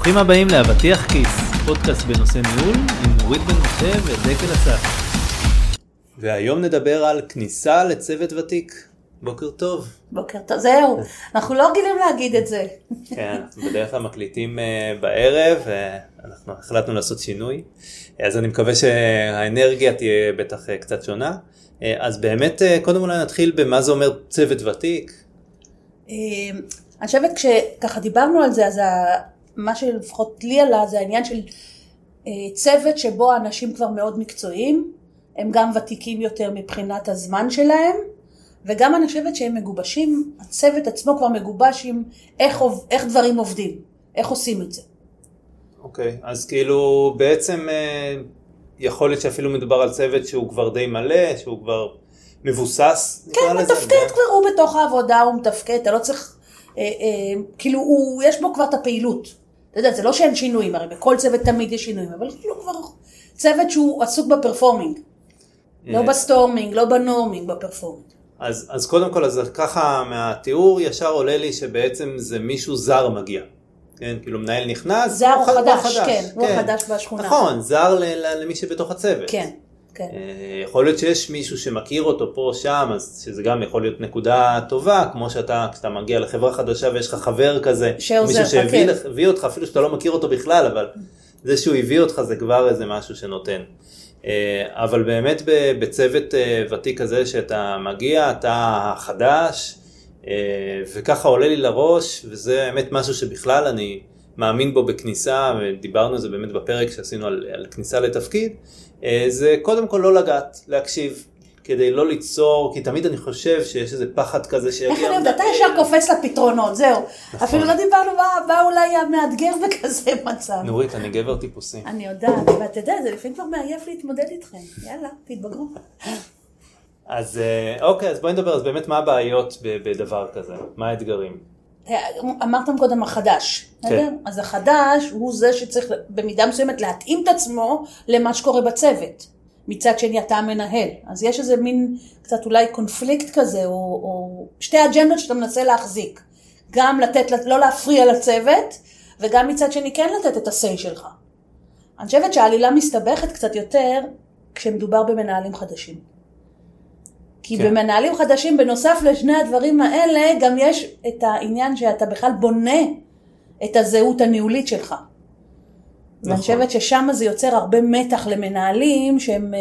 ברוכים הבאים לאבטיח כיס, פודקאסט בנושא ניהול עם נורית בן משה ודקל אסף. והיום נדבר על כניסה לצוות ותיק. בוקר טוב. בוקר טוב, זהו, אנחנו לא רגילים להגיד את זה. כן, בדרך כלל מקליטים בערב, ואנחנו החלטנו לעשות שינוי, אז אני מקווה שהאנרגיה תהיה בטח קצת שונה. אז באמת קודם אולי נתחיל במה זה אומר צוות ותיק. אני חושבת כשככה דיברנו על זה, אז מה שלפחות לי עלה זה העניין של צוות שבו האנשים כבר מאוד מקצועיים, הם גם ותיקים יותר מבחינת הזמן שלהם, וגם אני חושבת שהם מגובשים, הצוות עצמו כבר מגובש עם איך דברים עובדים, איך עושים את זה. אוקיי, אז כאילו בעצם יכול להיות שאפילו מדובר על צוות שהוא כבר די מלא, שהוא כבר מבוסס. כן, מתפקד כבר הוא בתוך העבודה, הוא מתפקד, אתה לא צריך, כאילו יש בו כבר את הפעילות. אתה יודע, זה לא שאין שינויים, הרי בכל צוות תמיד יש שינויים, אבל כאילו כבר צוות שהוא עסוק בפרפורמינג. לא בסטורמינג, לא בנורמינג, בפרפורמינג. אז קודם כל, אז ככה מהתיאור ישר עולה לי שבעצם זה מישהו זר מגיע. כן, כאילו מנהל נכנס. זר הוא חדש, כן, הוא חדש בשכונה. נכון, זר למי שבתוך הצוות. כן, כן. יכול להיות שיש מישהו שמכיר אותו פה שם, אז שזה גם יכול להיות נקודה טובה, כמו כשאתה מגיע לחברה חדשה ויש לך חבר כזה, מישהו שהביא אותך, אפילו שאתה לא מכיר אותו בכלל, אבל זה שהוא הביא אותך זה כבר איזה משהו שנותן. אבל באמת בצוות ותיק כזה שאתה מגיע, אתה חדש, וככה עולה לי לראש, וזה באמת משהו שבכלל אני מאמין בו בכניסה, ודיברנו על זה באמת בפרק שעשינו על כניסה לתפקיד, זה קודם כל לא לגעת, להקשיב, כדי לא ליצור, כי תמיד אני חושב שיש איזה פחד כזה שיגיע. איך אני יודעת, אתה ישר קופץ לפתרונות, זהו. אפילו לא דיברנו מה אולי המאתגר בכזה מצב. נורית, אני גבר טיפוסי. אני יודעת, ואתה יודע, זה לפעמים כבר מעייף להתמודד איתכם. יאללה, תתבגרו. אז אוקיי, אז בואי נדבר, אז באמת מה הבעיות בדבר כזה? מה האתגרים? אמרתם קודם החדש, כן. אז החדש הוא זה שצריך במידה מסוימת להתאים את עצמו למה שקורה בצוות. מצד שני אתה המנהל, אז יש איזה מין קצת אולי קונפליקט כזה, או שתי אג'נדות שאתה מנסה להחזיק. גם לא להפריע לצוות, וגם מצד שני כן לתת את הסי שלך. אני חושבת שהעלילה מסתבכת קצת יותר כשמדובר במנהלים חדשים. כי כן. במנהלים חדשים, בנוסף לשני הדברים האלה, גם יש את העניין שאתה בכלל בונה את הזהות הניהולית שלך. נכון. ואני חושבת ששם זה יוצר הרבה מתח למנהלים, שהם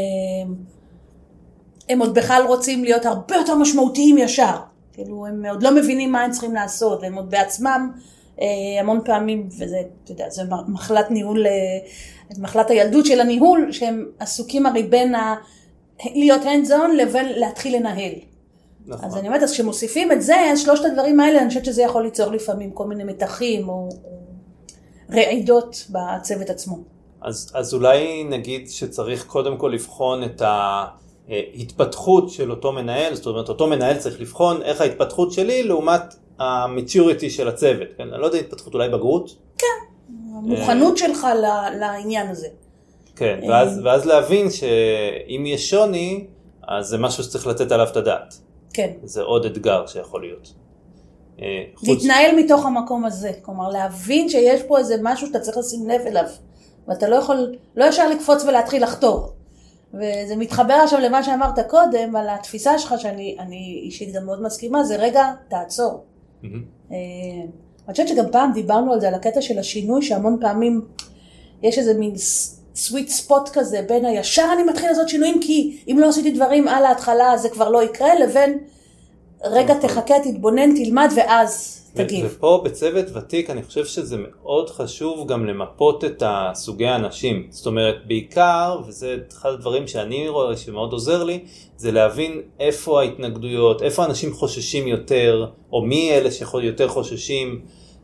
עוד בכלל רוצים להיות הרבה יותר משמעותיים ישר. כאילו, הם עוד לא מבינים מה הם צריכים לעשות, והם עוד בעצמם המון פעמים, וזה, אתה יודע, זה מחלת ניהול, מחלת הילדות של הניהול, שהם עסוקים הרי בין להיות hands-on לבין להתחיל לנהל. נכון. אז אני אומרת, אז כשמוסיפים את זה, אז שלושת הדברים האלה, אני חושבת שזה יכול ליצור לפעמים כל מיני מתחים, או רעידות בצוות עצמו. אז אולי נגיד שצריך קודם כל לבחון את ההתפתחות של אותו מנהל, זאת אומרת, אותו מנהל צריך לבחון איך ההתפתחות שלי לעומת המצ'וריטי של הצוות. כן? אני לא יודע, התפתחות אולי בגרות? כן, המוכנות שלך לעניין הזה. כן, ואז להבין שאם יש שוני, אז זה משהו שצריך לתת עליו את הדעת. כן. זה עוד אתגר שיכול להיות. להתנהל מתוך המקום הזה, כלומר להבין שיש פה איזה משהו שאתה צריך לשים לב אליו, ואתה לא יכול, לא ישר לקפוץ ולהתחיל לחתור. וזה מתחבר עכשיו למה שאמרת קודם, על התפיסה שלך שאני אישית גם מאוד מסכימה, זה רגע, תעצור. אני חושבת שגם פעם דיברנו על זה, על הקטע של השינוי, שהמון פעמים יש איזה מין סוויט ספוט כזה, בין הישר אני מתחיל לעשות שינויים, כי אם לא עשיתי דברים על ההתחלה, זה כבר לא יקרה, לבין רגע תחכה, תתבונן, תלמד, ואז תגיב. ופה בצוות ותיק, אני חושב שזה מאוד חשוב גם למפות את סוגי האנשים. זאת אומרת, בעיקר, וזה אחד הדברים שאני רואה שמאוד עוזר לי, זה להבין איפה ההתנגדויות, איפה אנשים חוששים יותר, או מי אלה שיותר חוששים,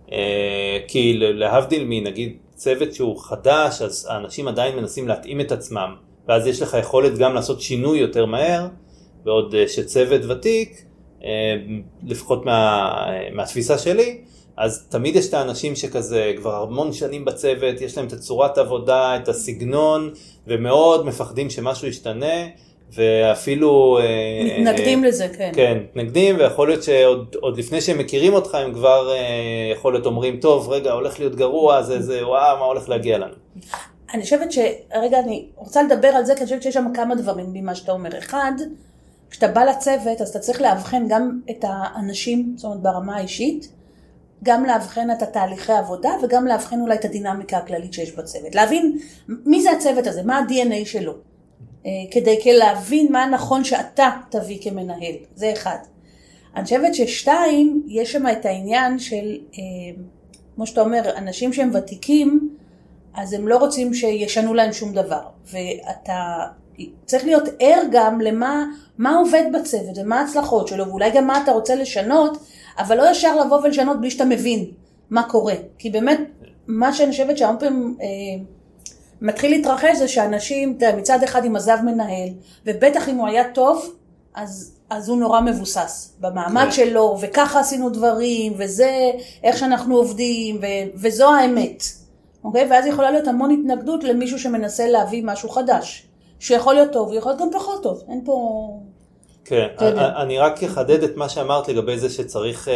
כי להבדיל נגיד צוות שהוא חדש, אז האנשים עדיין מנסים להתאים את עצמם, ואז יש לך יכולת גם לעשות שינוי יותר מהר, בעוד שצוות ותיק, לפחות מהתפיסה שלי, אז תמיד יש את האנשים שכזה כבר המון שנים בצוות, יש להם את צורת עבודה, את הסגנון, ומאוד מפחדים שמשהו ישתנה, ואפילו... מתנגדים לזה, כן. כן, מתנגדים, ויכול להיות שעוד לפני שהם מכירים אותך, הם כבר יכול להיות אומרים, טוב, רגע, הולך להיות גרוע, זה, וואו, מה הולך להגיע לנו? אני חושבת רגע, אני רוצה לדבר על זה, כי אני חושבת שיש שם כמה דברים ממה שאתה אומר. אחד, כשאתה בא לצוות, אז אתה צריך להבחן גם את האנשים, זאת אומרת, ברמה האישית, גם להבחן את התהליכי העבודה, וגם להבחן אולי את הדינמיקה הכללית שיש בצוות. להבין מי זה הצוות הזה, מה ה-DNA שלו, כדי להבין מה נכון שאתה תביא כמנהל. זה אחד. אני חושבת ששתיים, יש שם את העניין של, כמו שאתה אומר, אנשים שהם ותיקים, אז הם לא רוצים שישנו להם שום דבר. ואתה צריך להיות ער גם מה עובד בצוות, ומה ההצלחות שלו, ואולי גם מה אתה רוצה לשנות, אבל לא ישר לבוא ולשנות בלי שאתה מבין מה קורה. כי באמת, מה שאני חושבת שהרבה פעמים מתחיל להתרחש זה שאנשים, מצד אחד עם עזב מנהל, ובטח אם הוא היה טוב, אז הוא נורא מבוסס במעמד שלו, וככה עשינו דברים, וזה איך שאנחנו עובדים, וזו האמת. אוקיי? ואז יכולה להיות המון התנגדות למישהו שמנסה להביא משהו חדש, שיכול להיות טוב, ויכול להיות גם פחות טוב. אין פה... כן, אני רק אחדד את מה שאמרת לגבי זה שצריך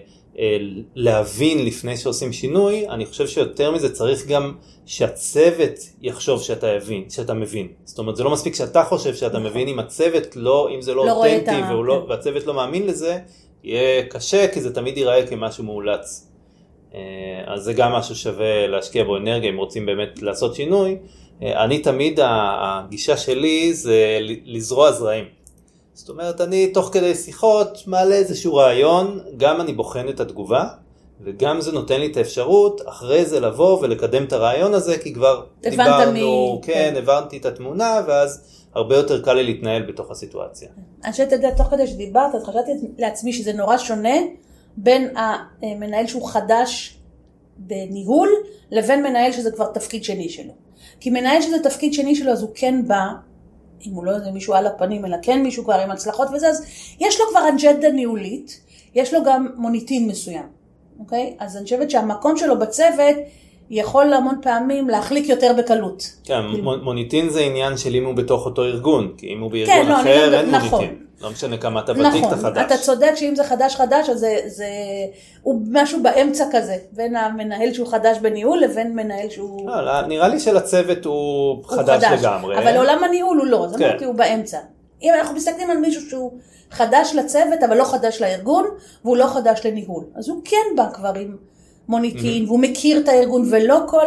להבין לפני שעושים שינוי. אני חושב שיותר מזה צריך גם שהצוות יחשוב שאתה מבין. זאת אומרת, זה לא מספיק שאתה חושב שאתה מבין, אם הצוות לא, אם זה לא אותנטי והצוות לא מאמין לזה, יהיה קשה, כי זה תמיד ייראה כמשהו מאולץ. אז זה גם משהו שווה להשקיע בו אנרגיה, אם רוצים באמת לעשות שינוי. אני תמיד, הגישה שלי זה לזרוע זרעים. זאת אומרת, אני תוך כדי שיחות מעלה איזשהו רעיון, גם אני בוחן את התגובה, וגם זה נותן לי את האפשרות, אחרי זה לבוא ולקדם את הרעיון הזה, כי כבר דיברנו, כן, הבנתי את התמונה, ואז הרבה יותר קל לי להתנהל בתוך הסיטואציה. אני חושבת, תוך כדי שדיברת, אז חשבתי לעצמי שזה נורא שונה, בין המנהל שהוא חדש בניהול, לבין מנהל שזה כבר תפקיד שני שלו. כי מנהל שזה תפקיד שני שלו, אז הוא כן בא, אם הוא לא יודע מישהו על הפנים, אלא כן מישהו כבר עם הצלחות וזה, אז יש לו כבר אג'נדה ניהולית, יש לו גם מוניטין מסוים, אוקיי? אז אני חושבת שהמקום שלו בצוות, יכול המון פעמים להחליק יותר בקלות. כן, מוניטין זה עניין של אם הוא בתוך אותו ארגון, כי אם הוא בארגון אחר, אין מוניטין. לא משנה כמה אתה ותיק, אתה חדש. אתה צודק שאם זה חדש, אז הוא משהו באמצע כזה, בין המנהל שהוא חדש בניהול, לבין מנהל שהוא... לא, נראה לי שלצוות הוא חדש לגמרי. אבל לעולם הניהול הוא לא, זאת אומרת, הוא באמצע. אם אנחנו מסתכלים על מישהו שהוא חדש לצוות, אבל לא חדש לארגון, והוא לא חדש לניהול. אז הוא כן בא כבר עם מוניטין, והוא מכיר את הארגון, ולא כל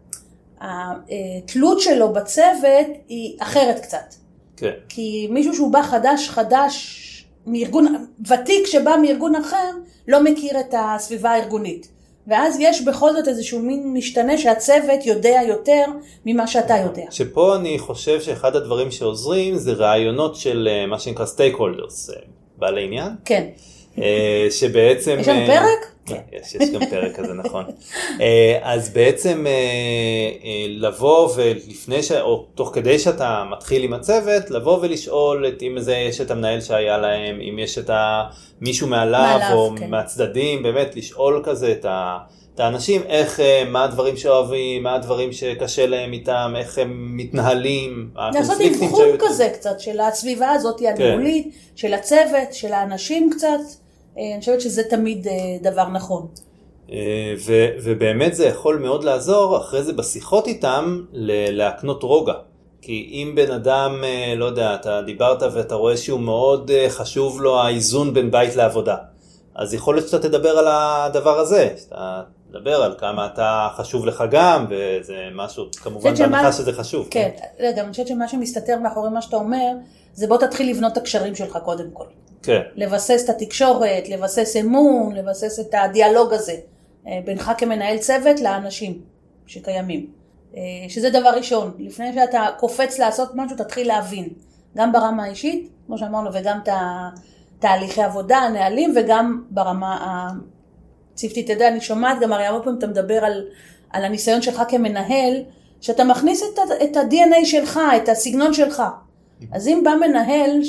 התלות שלו בצוות היא אחרת קצת. כן. כי מישהו שהוא בא חדש מארגון, ותיק שבא מארגון אחר, לא מכיר את הסביבה הארגונית. ואז יש בכל זאת איזשהו מין משתנה שהצוות יודע יותר ממה שאתה יודע. שפה אני חושב שאחד הדברים שעוזרים זה רעיונות של מה שנקרא stakeholders, בעלי עניין. כן. שבעצם... יש לנו פרק? כן. יש גם פרק כזה, נכון. אז בעצם לבוא ולפני, או תוך כדי שאתה מתחיל עם הצוות, לבוא ולשאול אם זה יש את המנהל שהיה להם, אם יש את מישהו מעליו או מהצדדים, באמת לשאול כזה את האנשים, מה הדברים שאוהבים, מה הדברים שקשה להם איתם, איך הם מתנהלים. לעשות אבחון כזה קצת של הסביבה הזאת הניהולית, של הצוות, של האנשים קצת. אני חושבת שזה תמיד דבר נכון. ובאמת זה יכול מאוד לעזור אחרי זה בשיחות איתם להקנות רוגע. כי אם בן אדם, לא יודע, אתה דיברת ואתה רואה שהוא מאוד חשוב לו האיזון בין בית לעבודה. אז יכול להיות שאתה תדבר על הדבר הזה. אתה תדבר על כמה אתה חשוב לך גם, וזה משהו, כמובן בהנחה שזה חשוב. כן, רגע, אני חושבת שמה שמסתתר מאחורי מה שאתה אומר, זה בוא תתחיל לבנות את הקשרים שלך קודם כל. כן. לבסס את התקשורת, לבסס אמון, לבסס את הדיאלוג הזה, בינך כמנהל צוות לאנשים שקיימים. שזה דבר ראשון, לפני שאתה קופץ לעשות משהו, תתחיל להבין. גם ברמה האישית, כמו שאמרנו, וגם את תהליכי עבודה, הנהלים, וגם ברמה הצוותית. אתה יודע, אני שומעת גם, הרי הרבה פעמים אתה מדבר על הניסיון שלך כמנהל, שאתה מכניס את ה-DNA שלך, את הסגנון שלך. אז אם בא מנהל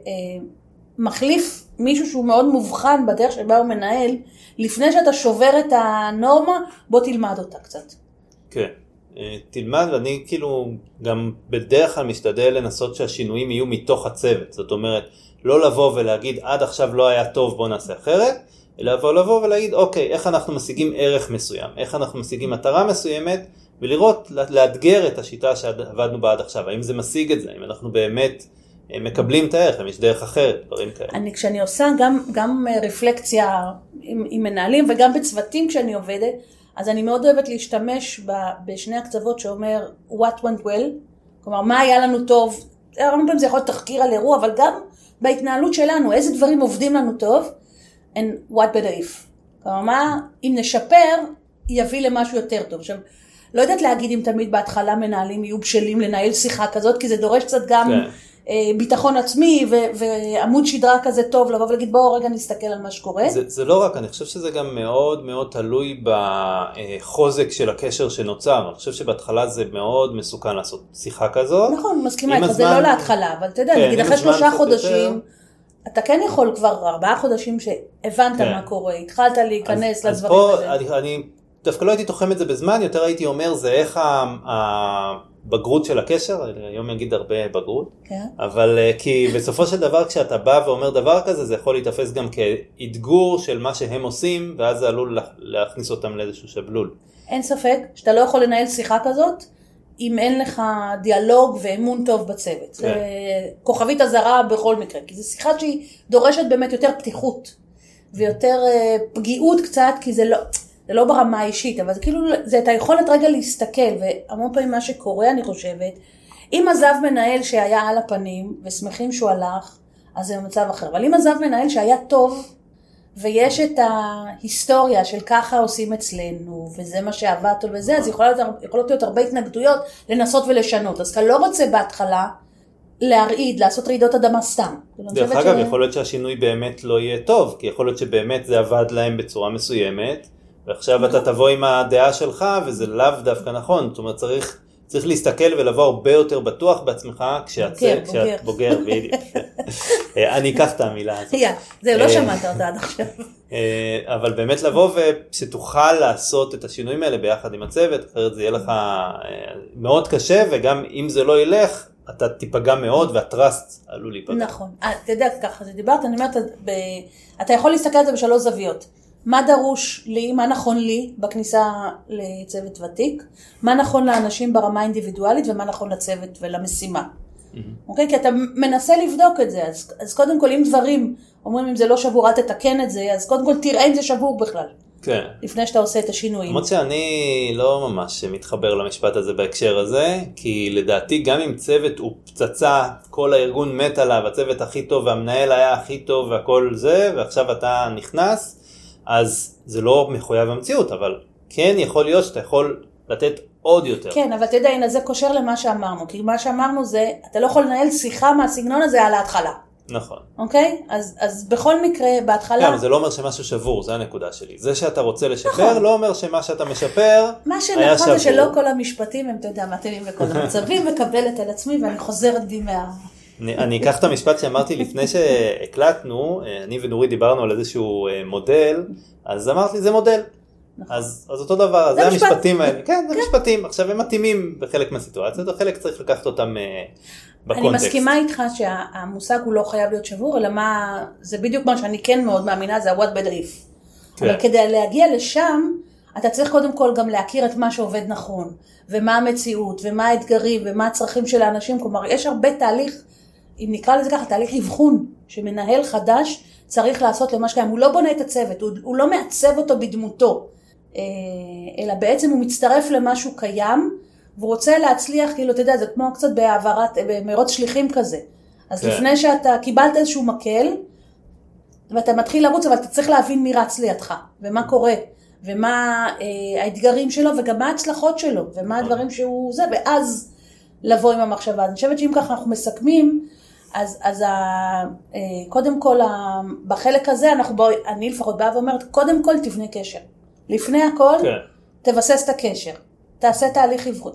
שמחליף מישהו שהוא מאוד מובחן בדרך שבה הוא מנהל, לפני שאתה שובר את הנורמה, בוא תלמד אותה קצת. כן. תלמד, ואני כאילו גם בדרך כלל משתדל לנסות שהשינויים יהיו מתוך הצוות. זאת אומרת, לא לבוא ולהגיד עד עכשיו לא היה טוב, בוא נעשה אחרת, אלא לבוא ולהגיד אוקיי, איך אנחנו משיגים ערך מסוים, איך אנחנו משיגים מטרה מסוימת, ולראות, לאתגר את השיטה שעבדנו בה עד עכשיו. האם זה משיג את זה, האם אנחנו באמת מקבלים את הערך, אם יש דרך אחרת, דברים כאלה. כשאני עושה גם רפלקציה עם מנהלים וגם בצוותים כשאני עובדת, אז אני מאוד אוהבת להשתמש בשני הקצוות שאומר what went well, כלומר מה היה לנו טוב, הרבה פעמים זה יכול להיות תחקיר על אירוע, אבל גם בהתנהלות שלנו, איזה דברים עובדים לנו טוב, and what better if. כלומר מה אם נשפר יביא למשהו יותר טוב. עכשיו, לא יודעת להגיד אם תמיד בהתחלה מנהלים יהיו בשלים לנהל שיחה כזאת, כי זה דורש קצת גם ביטחון עצמי ועמוד שדרה כזה טוב, לבוא ולהגיד בואו רגע נסתכל על מה שקורה. זה לא רק, אני חושב שזה גם מאוד מאוד תלוי בחוזק של הקשר שנוצר. אני חושב שבהתחלה זה מאוד מסוכן לעשות שיחה כזאת. נכון, מסכימה איתך, זה לא להתחלה, אבל אתה יודע, נגיד אחרי 3 חודשים, אתה כן יכול כבר 4 חודשים שהבנת מה קורה, התחלת להיכנס לדברים האלה. אז פה אני דווקא לא הייתי תוחם את זה בזמן, יותר הייתי אומר זה איך הבגרות של הקשר, היום אגיד הרבה בגרות, אבל כי בסופו של דבר כשאתה בא ואומר דבר כזה, זה יכול להתאפס גם כהתגור של מה שהם עושים, ואז זה עלול להכניס אותם לאיזשהו שבלול. אין ספק שאתה לא יכול לנהל שיחה כזאת, אם אין לך דיאלוג ואמון טוב בצוות. זה כוכבית הזרה בכל מקרה, כי זו שיחה שהיא דורשת באמת יותר פתיחות, ויותר פגיעות קצת, כי זה לא ברמה האישית, אבל זה כאילו, זה את היכולת רגע להסתכל, והמון פעמים מה שקורה, אני חושבת, אם עזב מנהל שהיה על הפנים, ושמחים שהוא הלך, אז זה מצב אחר. אבל אם עזב מנהל שהיה טוב, ויש את ההיסטוריה של ככה עושים אצלנו, וזה מה שעבד טוב וזה, אז יכולות להיות הרבה התנגדויות לנסות ולשנות. אז אתה לא רוצה בהתחלה להרעיד, לעשות רעידות אדמה סתם. דרך אגב, יכול להיות שהשינוי באמת לא יהיה טוב, כי יכול להיות שבאמת זה עבד להם בצורה מסוימת, ועכשיו אתה תבוא עם הדעה שלך, וזה לאו דווקא נכון. זאת אומרת, צריך להסתכל ולבוא הרבה יותר בטוח בעצמך, כשאת בוגר, בדיוק. אני אקח את המילה הזאת. זה לא שמעת אותה עד עכשיו. אבל באמת לבוא ושתוכל לעשות את השינויים האלה ביחד עם הצוות, אחרת זה יהיה לך מאוד קשה, וגם אם זה לא ילך, אתה תיפגע מאוד, והטרסט עלול להיפגע. נכון. אתה יודע, ככה זה דיברת, אני אומרת, אתה יכול להסתכל על זה ב3 זוויות. מה דרוש לי, מה נכון לי בכניסה לצוות ותיק, מה נכון לאנשים ברמה האינדיבידואלית, ומה נכון לצוות ולמשימה. אוקיי? כי אתה מנסה לבדוק את זה, אז קודם כל אם דברים אומרים אם זה לא שבור, אל תתקן את זה, אז קודם כל תראה אם זה שבור בכלל. כן. לפני שאתה עושה את השינויים. למרות שאני לא ממש מתחבר למשפט הזה בהקשר הזה, כי לדעתי גם אם צוות הוא פצצה, כל הארגון מת עליו, הצוות הכי טוב והמנהל היה הכי טוב והכל זה, ועכשיו אתה נכנס, אז זה לא מחויב המציאות, אבל כן יכול להיות שאתה יכול לתת עוד יותר. כן, אבל אתה יודע, הנה זה קושר למה שאמרנו, כי מה שאמרנו זה, אתה לא יכול לנהל שיחה מהסגנון הזה על ההתחלה. נכון. אוקיי? אז בכל מקרה, בהתחלה... כן, זה לא אומר שמשהו שבור, זה הנקודה שלי. זה שאתה רוצה לשפר, לא אומר שמה שאתה משפר היה שבור. מה שנכון זה שלא כל המשפטים הם, אתה יודע, מתאימים בכל המצבים, מקבלת על עצמי, ואני חוזרת בי אני אקח את המשפט שאמרתי לפני שהקלטנו, אני ונורי דיברנו על איזשהו מודל, אז אמרתי זה מודל. אז אותו דבר, זה המשפטים האלה. כן, זה משפטים. עכשיו הם מתאימים בחלק מהסיטואציות, וחלק צריך לקחת אותם בקונטקסט. אני מסכימה איתך שהמושג הוא לא חייב להיות שבור, אלא מה, זה בדיוק מה שאני כן מאוד מאמינה, זה ה-what better if. אבל כדי להגיע לשם, אתה צריך קודם כל גם להכיר את מה שעובד נכון, ומה המציאות, ומה האתגרים, ומה הצרכים של האנשים. כלומר, יש הרבה תהליך, אם נקרא לזה ככה, תהליך אבחון, שמנהל חדש צריך לעשות למה שקיים. הוא לא בונה את הצוות, הוא לא מעצב אותו בדמותו, אלא בעצם הוא מצטרף למשהו קיים, והוא רוצה להצליח, כאילו, אתה יודע, זה כמו קצת במרוץ שליחים כזה. אז לפני שאתה קיבלת איזשהו מקל, ואתה מתחיל לרוץ, אבל אתה צריך להבין מי רץ לידך, ומה קורה, ומה האתגרים שלו, וגם מה ההצלחות שלו, ומה הדברים שהוא זה, ואז לבוא עם המחשבה. אני חושבת שאם ככה אנחנו מסכמים, אז קודם כל, בחלק הזה, אני לפחות באה ואומרת, קודם כל תבנה קשר. לפני הכל, תבסס את הקשר. תעשה תהליך אבחון,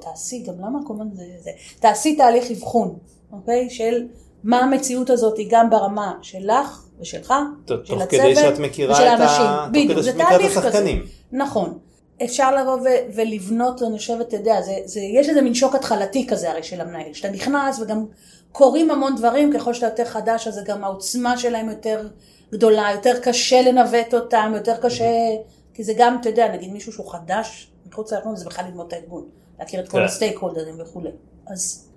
תעשי תהליך אבחון, אוקיי? של מה המציאות הזאת היא גם ברמה שלך ושלך, של הצוות ושל האנשים. בדיוק, זה תהליך כזה. נכון. אפשר לבוא ולבנות, אני חושבת, אתה יודע, יש איזה מין שוק התחלתי כזה הרי של המנהל, שאתה נכנס וגם קוראים המון דברים, ככל שאתה יותר חדש, אז גם העוצמה שלהם יותר גדולה, יותר קשה לנווט אותם, יותר קשה, כי זה גם, אתה יודע, נגיד מישהו שהוא חדש, מחוץ לארגון, זה בכלל ללמוד את הארגון, להכיר את כל הסטייק הולדרים וכו'. אז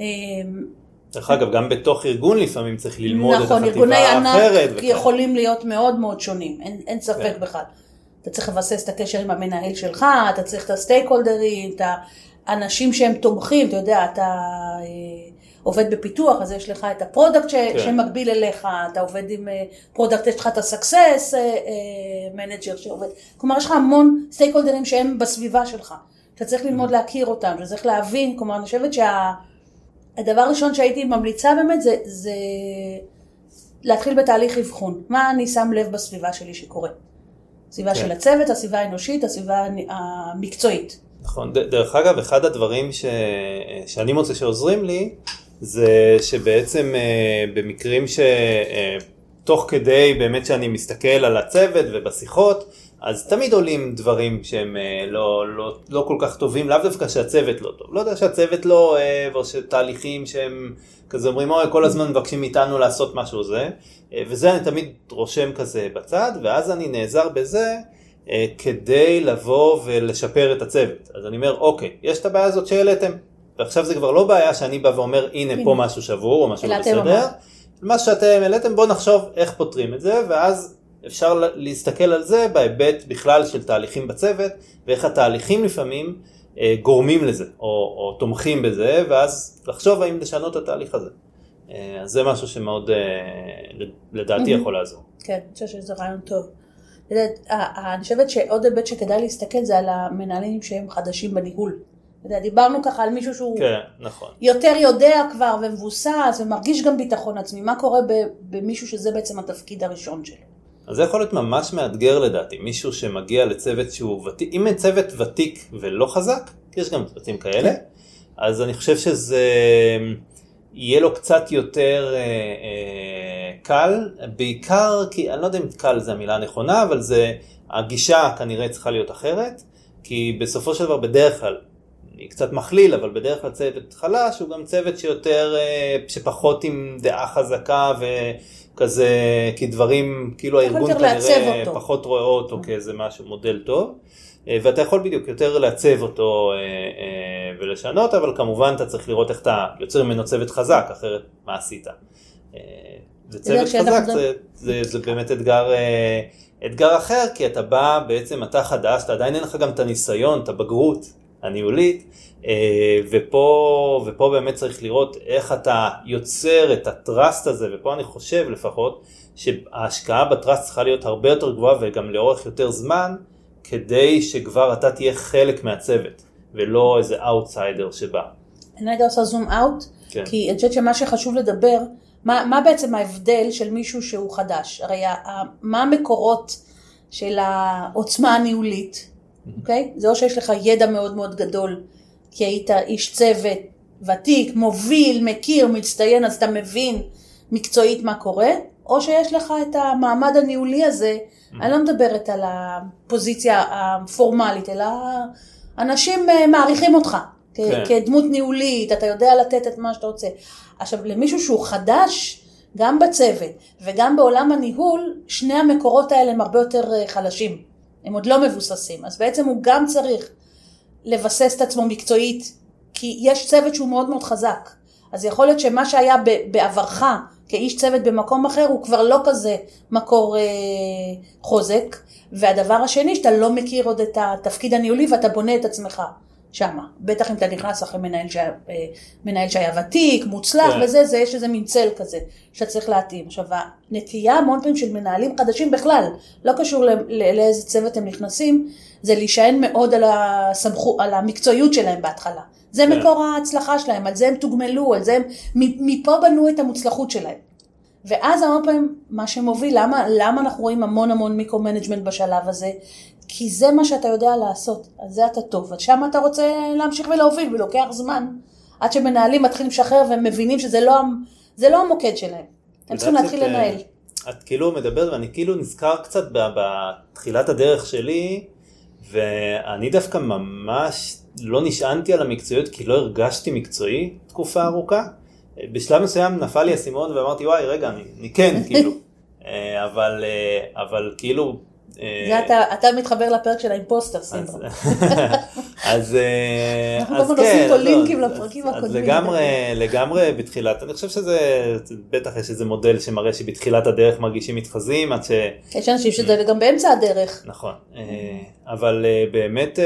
דרך אגב, גם בתוך ארגון לפעמים צריך ללמוד את נכון, החטיבה האחרת. ארגוני ענק יכולים להיות מאוד מאוד שונים, אין ספק בכלל. אתה צריך לבסס את הקשר עם המנהל שלך, אתה צריך את הסטייק הולדרים, את האנשים שהם תומכים, אתה יודע, אתה עובד בפיתוח, אז יש לך את הפרודקט שמקביל אליך, אתה עובד עם פרודקט, יש לך את הסקסס מנג'ר שעובד, כלומר יש לך המון סטייק הולדרים שהם בסביבה שלך, אתה צריך ללמוד להכיר אותם, אתה צריך להבין, כלומר אני חושבת הדבר הראשון שהייתי ממליצה באמת זה להתחיל בתהליך אבחון. מה אני שם לב בסביבה שלי שקורה? הסביבה של הצוות, הסביבה האנושית, הסביבה המקצועית. נכון. דרך אגב, אחד הדברים שאני מוצא שעוזרים לי, זה שבעצם במקרים שתוך כדי באמת שאני מסתכל על הצוות ובשיחות, אז תמיד עולים דברים שהם לא כל כך טובים, לאו דווקא שהצוות לא טוב. לא יודע שהצוות לא אוהב, או שתהליכים שהם כזה אומרים, כל הזמן מבקשים מאיתנו לעשות משהו זה, וזה אני תמיד רושם כזה בצד, ואז אני נעזר בזה כדי לבוא ולשפר את הצוות. אז אני אומר, אוקיי, יש את הבעיה הזאת שהעליתם, ועכשיו זה כבר לא בעיה שאני בא ואומר, הנה פה משהו שבור או משהו בסדר. מה שאתם העליתם, בואו נחשוב איך פותרים את זה, ואז אפשר להסתכל על זה בהיבט בכלל של תהליכים בצוות, ואיך התהליכים לפעמים גורמים לזה, או תומכים בזה, ואז לחשוב האם לשנות את התהליך הזה. אז זה משהו שמאוד, לדעתי, יכול לעזור. כן, אני חושבת שזה רעיון טוב. אני חושבת שעוד היבט שכדאי להסתכל זה על המנהלים שהם חדשים בניהול. דיברנו ככה על מישהו שהוא יותר יודע כבר ומבוסס ומרגיש גם ביטחון עצמי. מה קורה במישהו שזה בעצם התפקיד הראשון שלו? אז זה יכול להיות ממש מאתגר לדעתי, מישהו שמגיע לצוות שהוא ותיק, אם אין צוות ותיק ולא חזק, יש גם צוותים כאלה, אז אני חושב שזה יהיה לו קצת יותר קל, בעיקר כי אני לא יודע אם קל זה המילה הנכונה, אבל זה, הגישה כנראה צריכה להיות אחרת, כי בסופו של דבר בדרך כלל, אני קצת מכליל, אבל בדרך כלל צוות חלש הוא גם צוות שיותר, שפחות עם דעה חזקה כזה, כי דברים, כאילו הארגון כנראה פחות רואה אותו כאיזה משהו, מודל טוב, ואתה יכול בדיוק יותר לעצב אותו ולשנות, אבל כמובן אתה צריך לראות איך אתה יוצר ממנו צוות חזק, אחרת מה עשית. וצוות חזק זה באמת אתגר אחר, כי אתה בא, בעצם אתה חדש, אתה עדיין אין לך גם את הניסיון, את הבגרות הניהולית, ופה באמת צריך לראות איך אתה יוצר את הטרסט הזה, ופה אני חושב לפחות שההשקעה בטרסט צריכה להיות הרבה יותר גבוהה וגם לאורך יותר זמן, כדי שכבר אתה תהיה חלק מהצוות, ולא איזה אאוטסיידר שבא. אני רגע עושה זום אאוט, כי אני חושבת שמה שחשוב לדבר, מה בעצם ההבדל של מישהו שהוא חדש? הרי מה המקורות של העוצמה הניהולית? אוקיי? זה או שיש לך ידע מאוד מאוד גדול, כי היית איש צוות ותיק, מוביל, מכיר, מצטיין, אז אתה מבין מקצועית מה קורה, או שיש לך את המעמד הניהולי הזה, אני לא מדברת על הפוזיציה הפורמלית, אלא אנשים מעריכים אותך כדמות ניהולית, אתה יודע לתת את מה שאתה רוצה. עכשיו, למישהו שהוא חדש, גם בצוות וגם בעולם הניהול, שני המקורות האלה הם הרבה יותר חלשים. הם עוד לא מבוססים, אז בעצם הוא גם צריך לבסס את עצמו מקצועית, כי יש צוות שהוא מאוד מאוד חזק. אז יכול להיות שמה שהיה בעברך כאיש צוות במקום אחר, הוא כבר לא כזה מקור חוזק, והדבר השני, שאתה לא מכיר עוד את התפקיד הניהולי, ואתה בונה את עצמך שמה. בטח אם אתה נכנס אחרי מנהל שהיה ותיק, מוצלח, וזה, יש איזה מין צל כזה, שאתה צריך להתאים. עכשיו, הנטייה המון פעמים של מנהלים חדשים בכלל, לא קשור לאיזה צוות הם נכנסים, זה להישען מאוד על המקצועיות שלהם בהתחלה. זה מקור ההצלחה שלהם, על זה הם תוגמלו, על זה הם, מפה בנו את המוצלחות שלהם. ואז המון פעמים, מה שמוביל, למה אנחנו רואים המון מיקרו-מנג'מנט בשלב הזה? כי זה מה שאתה יודע לעשות, אז זה אתה טוב, אז שם אתה רוצה להמשיך ולהוביל, ולוקח זמן, עד שמנהלים מתחילים לשחרר, והם מבינים שזה לא המוקד שלהם. הם צריכים להתחיל לנהל. את כאילו מדברת, ואני כאילו נזכר קצת בתחילת הדרך שלי, ואני דווקא ממש לא נשענתי על המקצועיות, כי לא הרגשתי מקצועי תקופה ארוכה. בשלב מסוים נפל לי הסימון ואמרתי, וואי, רגע, אני כן, כאילו. אבל כאילו... אתה מתחבר לפרק של האימפוסטר סינדרום. אז אנחנו גם עושים פה לינקים לפרקים הקודמים. אז לגמרי בתחילת, אני חושב שזה, בטח יש איזה מודל שמראה שבתחילת הדרך מרגישים מתחזים, עד ש... יש אנשים שזה גם באמצע הדרך. נכון, אבל באמת,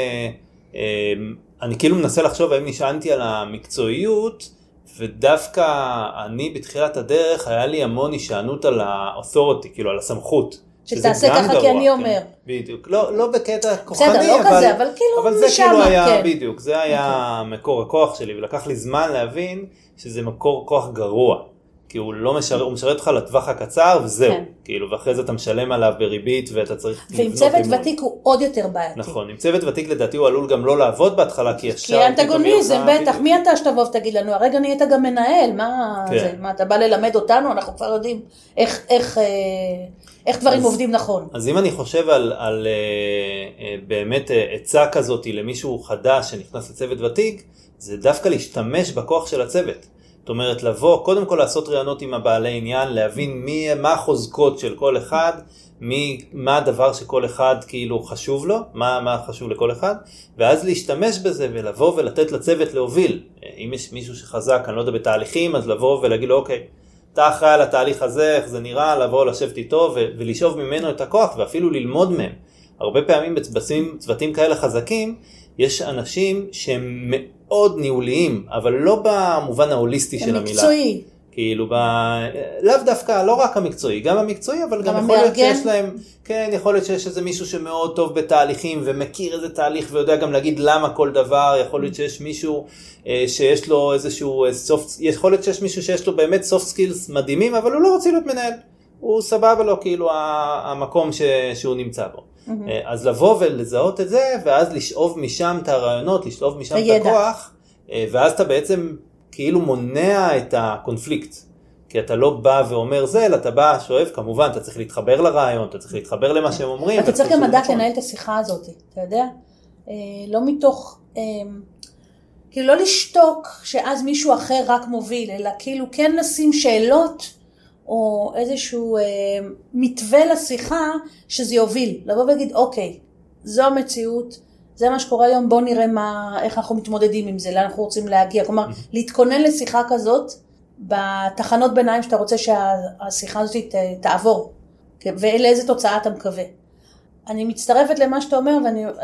אני כאילו מנסה לחשוב האם נשענתי על המקצועיות, ודווקא אני בתחילת הדרך היה לי המון נשענות על ה-authority, כאילו על הסמכות. שתעשה ככה כי אני אומר. בדיוק, לא בקטע כוחני, בסדר, לא כזה, אבל כאילו זה כאילו היה, בדיוק, זה היה מקור הכוח שלי, ולקח לי זמן להבין שזה מקור כוח גרוע, כי הוא משרת אותך לטווח הקצר, וזהו, כאילו, ואחרי זה אתה משלם עליו בריבית, ואתה צריך... ועם צוות ותיק הוא עוד יותר בעייתי. נכון, עם צוות ותיק לדעתי הוא עלול גם לא לעבוד בהתחלה, כי ישר... כי אנטגוניזם, בטח, מי אתה שתבוא ותגיד לנו, הרגע נהיית גם מנהל, מה זה, מה אתה בא ללמד אותנו, אנחנו כבר יודעים איך דברים עובדים נכון. אז אם אני חושב על באמת עצה כזאת למישהו חדש שנכנס לצוות ותיק, זה דווקא להשתמש בכוח של הצוות. זאת אומרת, לבוא, קודם כל לעשות רעיונות עם הבעלי עניין, להבין מה החוזקות של כל אחד, מה הדבר שכל אחד כאילו חשוב לו, מה חשוב לכל אחד, ואז להשתמש בזה ולבוא ולתת לצוות להוביל. אם יש מישהו שחזק, אני לא יודע, בתהליכים, אז לבוא ולהגיד לו, אוקיי, אתה אחראי על התהליך הזה, איך זה נראה, לבוא לשבת איתו ולשאוב ממנו את הכוח, ואפילו ללמוד מהם. הרבה פעמים בצוותים כאלה חזקים, יש אנשים שהם מאוד ניהוליים, אבל לא במובן ההוליסטי של המילה. המקצועי. כאילו, לאו דווקא, לא רק המקצועי, גם המקצועי, אבל גם יכול להיות שיש להם, כן, יכול להיות שיש איזה מישהו שמאוד טוב בתהליכים, ומכיר איזה תהליך, ויודע גם להגיד למה כל דבר, יכול להיות שיש מישהו שיש לו איזשהו יכול להיות שיש מישהו שיש לו באמת soft skills מדהימים, אבל הוא לא רוצה להיות מנהל. הוא סבבה לו, כאילו, המקום שהוא נמצא בו. אז לבוא ולזהות את זה, ואז לשאוב משם את הרעיונות, לשאוב משם את הכוח, ואז אתה בעצם כאילו מונע את הקונפליקט. כי אתה לא בא ואומר זה, אלא אתה בא, שואב, כמובן, אתה צריך להתחבר לרעיון, אתה צריך להתחבר למה שהם אומרים. אתה צריך גם לדעת לנהל את השיחה הזאת, אתה יודע? לא מתוך, כאילו לא לשתוק שאז מישהו אחר רק מוביל, אלא כאילו כן לשים שאלות, או איזשהו מתווה לשיחה שזה יוביל. לבוא ולהגיד, אוקיי, זו המציאות, זה מה שקורה היום, בוא נראה איך אנחנו מתמודדים עם זה, לאן אנחנו רוצים להגיע. כלומר, להתכונן לשיחה כזאת, בתחנות ביניים שאתה רוצה שהשיחה הזאת תעבור, ולאיזה תוצאה אתה מקווה. אני מצטרפת למה שאתה אומר,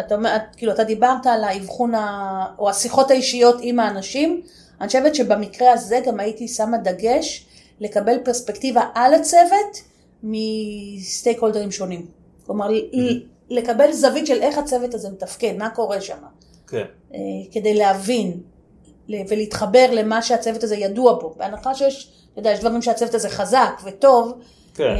אתה דיברת על האבחון, או השיחות האישיות עם האנשים, אני חושבת שבמקרה הזה גם הייתי שמה דגש, לקבל פרספקטיבה על הצוות, מסטייק הולדרים שונים. כלומר, לקבל זווית של איך הצוות הזה מתפקד, מה קורה שם. כן. כדי להבין ולהתחבר למה שהצוות הזה ידוע בו. בהנחה שיש, אתה יודע, יש דברים שהצוות הזה חזק וטוב. כן.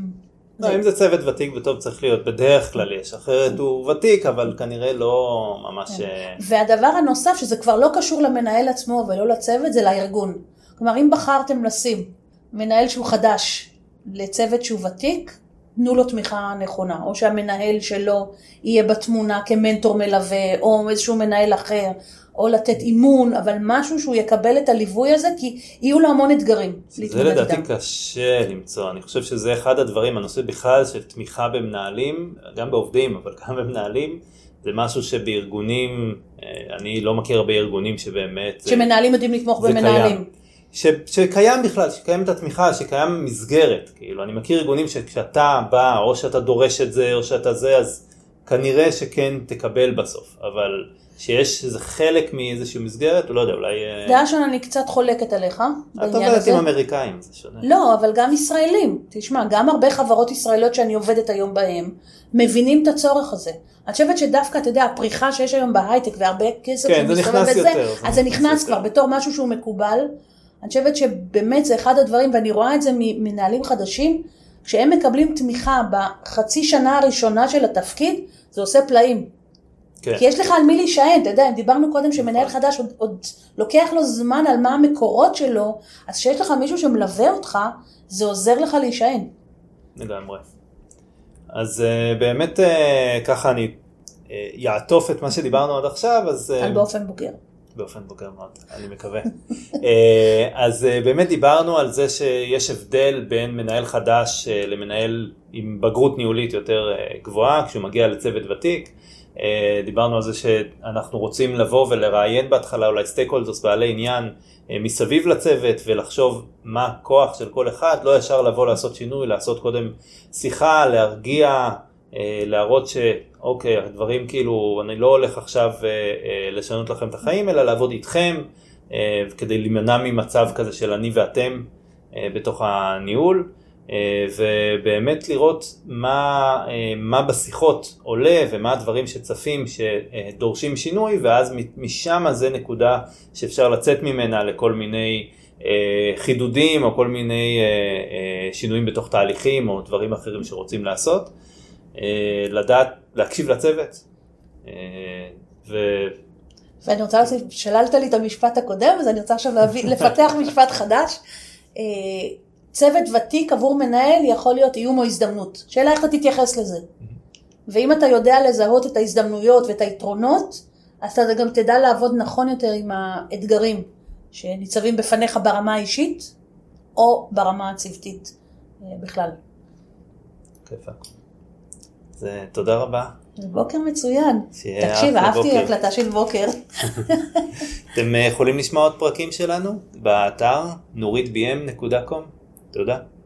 אם זה צוות ותיק וטוב צריך להיות בדרך כלל יש, אחרת הוא ותיק, אבל כנראה לא ממש... והדבר הנוסף, שזה כבר לא קשור למנהל עצמו ולא לצוות, זה לארגון. כלומר, אם בחרתם לשים מנהל שהוא חדש לצוות שהוא ותיק, תנו לו תמיכה נכונה, או שהמנהל שלו יהיה בתמונה כמנטור מלווה, או איזשהו מנהל אחר, או לתת אימון, אבל משהו שהוא יקבל את הליווי הזה, כי יהיו לו המון אתגרים. זה לדעתי קשה למצוא, אני חושב שזה אחד הדברים, הנושא בכלל של תמיכה במנהלים, גם בעובדים, אבל גם במנהלים, זה משהו שבארגונים, אני לא מכיר הרבה ארגונים שבאמת... שמנהלים יודעים לתמוך במנהלים. שקיים בכלל, שקיים את התמיכה, שקיים מסגרת, כאילו, אני מכיר ארגונים שכשאתה בא, או שאתה דורש את זה, או שאתה זה, אז כנראה שכן תקבל בסוף, אבל שיש איזה חלק מאיזושהי מסגרת, לא יודע, אולי... דעה שונה, אני קצת חולקת עליך. את עובדת עם אמריקאים, זה שונה. לא, אבל גם ישראלים, תשמע, גם הרבה חברות ישראליות שאני עובדת היום בהם, מבינים את הצורך הזה. אני חושבת שדווקא, אתה יודע, הפריחה שיש היום בהייטק, והרבה כסף שמסתובב בזה, אז זה נכנס כבר בתור משהו שהוא מקובל. אני חושבת שבאמת זה אחד הדברים, ואני רואה את זה ממנהלים חדשים, כשהם מקבלים תמיכה בחצי שנה הראשונה של התפקיד, זה עושה פלאים. כן. כי יש לך על מי להישען, אתה יודע, אם דיברנו קודם שמנהל חדש עוד לוקח לו זמן על מה המקורות שלו, אז שיש לך מישהו שמלווה אותך, זה עוזר לך להישען. לגמרי. אז באמת ככה אני יעטוף את מה שדיברנו עד עכשיו, אז... על באופן בוגר. באופן בוגר מאוד, אני מקווה. אז באמת דיברנו על זה שיש הבדל בין מנהל חדש למנהל עם בגרות ניהולית יותר גבוהה, כשהוא מגיע לצוות ותיק. דיברנו על זה שאנחנו רוצים לבוא ולראיין בהתחלה אולי סטייק-הולדרס בעלי עניין מסביב לצוות ולחשוב מה הכוח של כל אחד, לא ישר לבוא לעשות שינוי, לעשות קודם שיחה, להרגיע, להראות שאוקיי, הדברים כאילו, אני לא הולך עכשיו לשנות לכם את החיים, אלא לעבוד איתכם, כדי להימנע ממצב כזה של אני ואתם בתוך הניהול, ובאמת לראות מה בשיחות עולה ומה הדברים שצפים שדורשים שינוי, ואז משם זה נקודה שאפשר לצאת ממנה לכל מיני חידודים או כל מיני שינויים בתוך תהליכים או דברים אחרים שרוצים לעשות. לדעת, להקשיב לצוות. ואני רוצה להוסיף, שללת לי את המשפט הקודם, אז אני רוצה עכשיו לפתח משפט חדש. צוות ותיק עבור מנהל יכול להיות איום או הזדמנות. שאלה איך אתה תתייחס לזה. ואם אתה יודע לזהות את ההזדמנויות ואת היתרונות, אז אתה גם תדע לעבוד נכון יותר עם האתגרים שניצבים בפניך ברמה האישית, או ברמה הצוותית בכלל. כיפה. אז תודה רבה. בוקר מצוין. תקשיב, אהבתי הקלטה של בוקר. אתם יכולים לשמוע עוד פרקים שלנו באתר nuritbm.com. תודה.